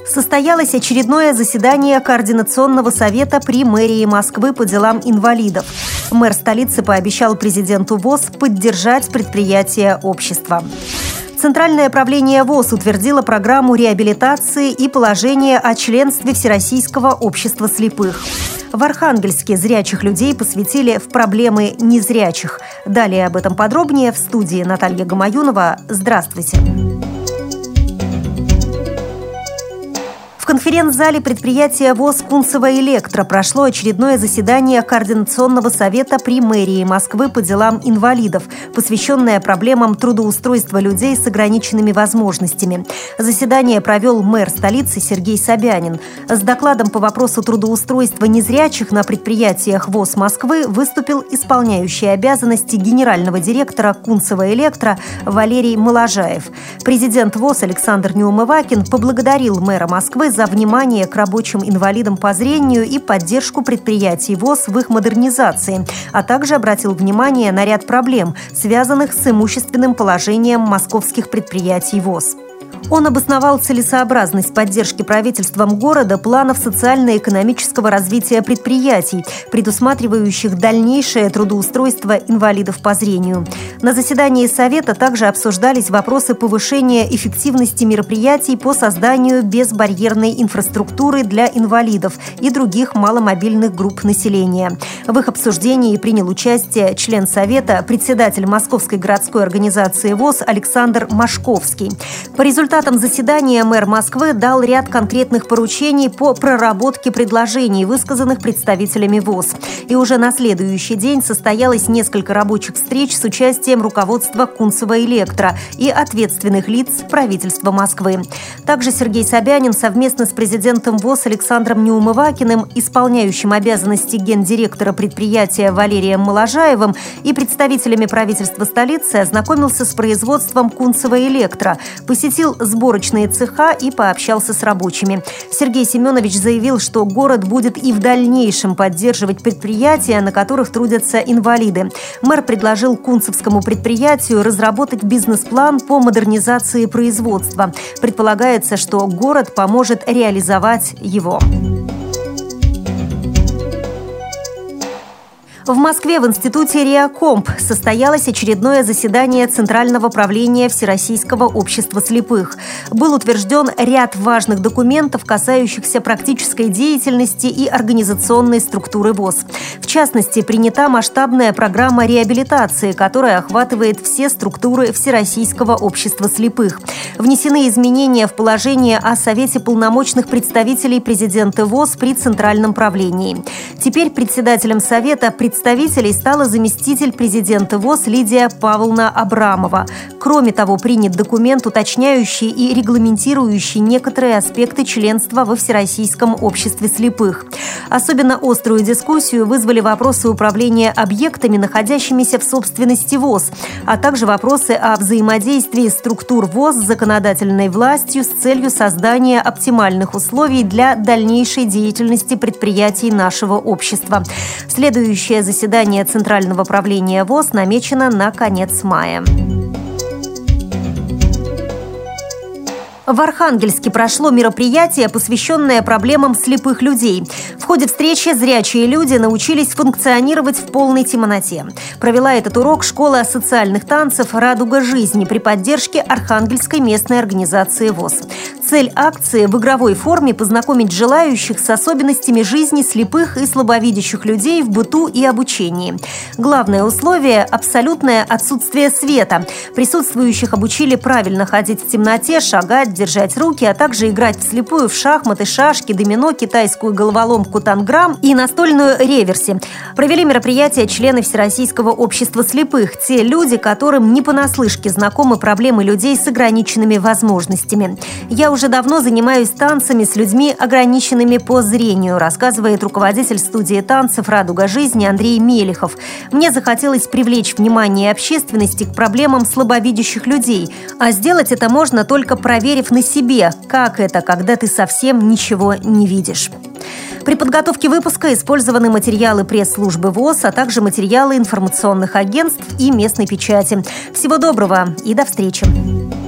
Состоялось очередное заседание Координационного совета при мэрии Москвы по делам инвалидов. Мэр столицы пообещал президенту ВОС поддержать предприятия общества. Центральное правление ВОС утвердило программу реабилитации и положение о членстве Всероссийского общества слепых. В Архангельске зрячих людей посвятили в проблемы незрячих. Далее об этом подробнее в студии Наталья Гамаюнова. Здравствуйте. В конференц-зале предприятия ВОС «Кунцево-Электро» прошло очередное заседание Координационного совета при мэрии Москвы по делам инвалидов, посвященное проблемам трудоустройства людей с ограниченными возможностями. Заседание провел мэр столицы Сергей Собянин. С докладом по вопросу трудоустройства незрячих на предприятиях ВОС Москвы выступил исполняющий обязанности генерального директора «Кунцево-Электро» Валерий Моложаев. Президент ВОС Александр Неумывакин поблагодарил мэра Москвы за внимание к рабочим инвалидам по зрению и поддержку предприятий ВОС в их модернизации, а также обратил внимание на ряд проблем, связанных с имущественным положением московских предприятий ВОС. Он обосновал целесообразность поддержки правительством города планов социально-экономического развития предприятий, предусматривающих дальнейшее трудоустройство инвалидов по зрению. На заседании Совета также обсуждались вопросы повышения эффективности мероприятий по созданию безбарьерной инфраструктуры для инвалидов и других маломобильных групп населения. В их обсуждении принял участие член Совета, председатель Московской городской организации ВОС Александр Машковский. По результатам заседания мэр Москвы дал ряд конкретных поручений по проработке предложений, высказанных представителями ВОС. И уже на следующий день состоялось несколько рабочих встреч с участием руководства Кунцево-Электро и ответственных лиц правительства Москвы. Также Сергей Собянин совместно с президентом ВОС Александром Неумывакиным, исполняющим обязанности гендиректора предприятия Валерием Моложаевым и представителями правительства столицы ознакомился с производством Кунцево-Электро, посетил сборочные цеха и пообщался с рабочими. Сергей Семенович заявил, что город будет и в дальнейшем поддерживать предприятия, на которых трудятся инвалиды. Мэр предложил кунцевскому предприятию разработать бизнес-план по модернизации производства. Предполагается, что город поможет реализовать его. В Москве в институте РИАКомп состоялось очередное заседание Центрального правления Всероссийского общества слепых. Был утвержден ряд важных документов, касающихся практической деятельности и организационной структуры ВОС. В частности, принята масштабная программа реабилитации, которая охватывает все структуры Всероссийского общества слепых. Внесены изменения в положение о Совете полномочных представителей президента ВОС при Центральном правлении. Теперь председателем Совета представителей стала заместитель президента ВОС Лидия Павловна Абрамова. Кроме того, принят документ, уточняющий и регламентирующий некоторые аспекты членства во Всероссийском обществе слепых. Особенно острую дискуссию вызвали вопросы управления объектами, находящимися в собственности ВОС, а также вопросы о взаимодействии структур ВОС с законодательной властью с целью создания оптимальных условий для дальнейшей деятельности предприятий нашего общества. Следующее заседание Центрального правления ВОС намечено на конец мая. В Архангельске прошло мероприятие, посвященное проблемам слепых людей. В ходе встречи зрячие люди научились функционировать в полной темноте. Провела этот урок школа социальных танцев «Радуга жизни» при поддержке Архангельской местной организации ВОС. Цель акции в игровой форме познакомить желающих с особенностями жизни слепых и слабовидящих людей в быту и обучении. Главное условие – абсолютное отсутствие света. Присутствующих обучили правильно ходить в темноте, шагать, держать руки, а также играть вслепую в шахматы, шашки, домино, китайскую головоломку танграм и настольную реверси. Провели мероприятие члены Всероссийского общества слепых, те люди, которым не понаслышке знакомы проблемы людей с ограниченными возможностями. «Я уже давно занимаюсь танцами с людьми, ограниченными по зрению», рассказывает руководитель студии танцев «Радуга жизни» Андрей Мелехов. «Мне захотелось привлечь внимание общественности к проблемам слабовидящих людей, а сделать это можно только проверив на себе, как это, когда ты совсем ничего не видишь». При подготовке выпуска использованы материалы пресс-службы ВОС, а также материалы информационных агентств и местной печати. Всего доброго и до встречи!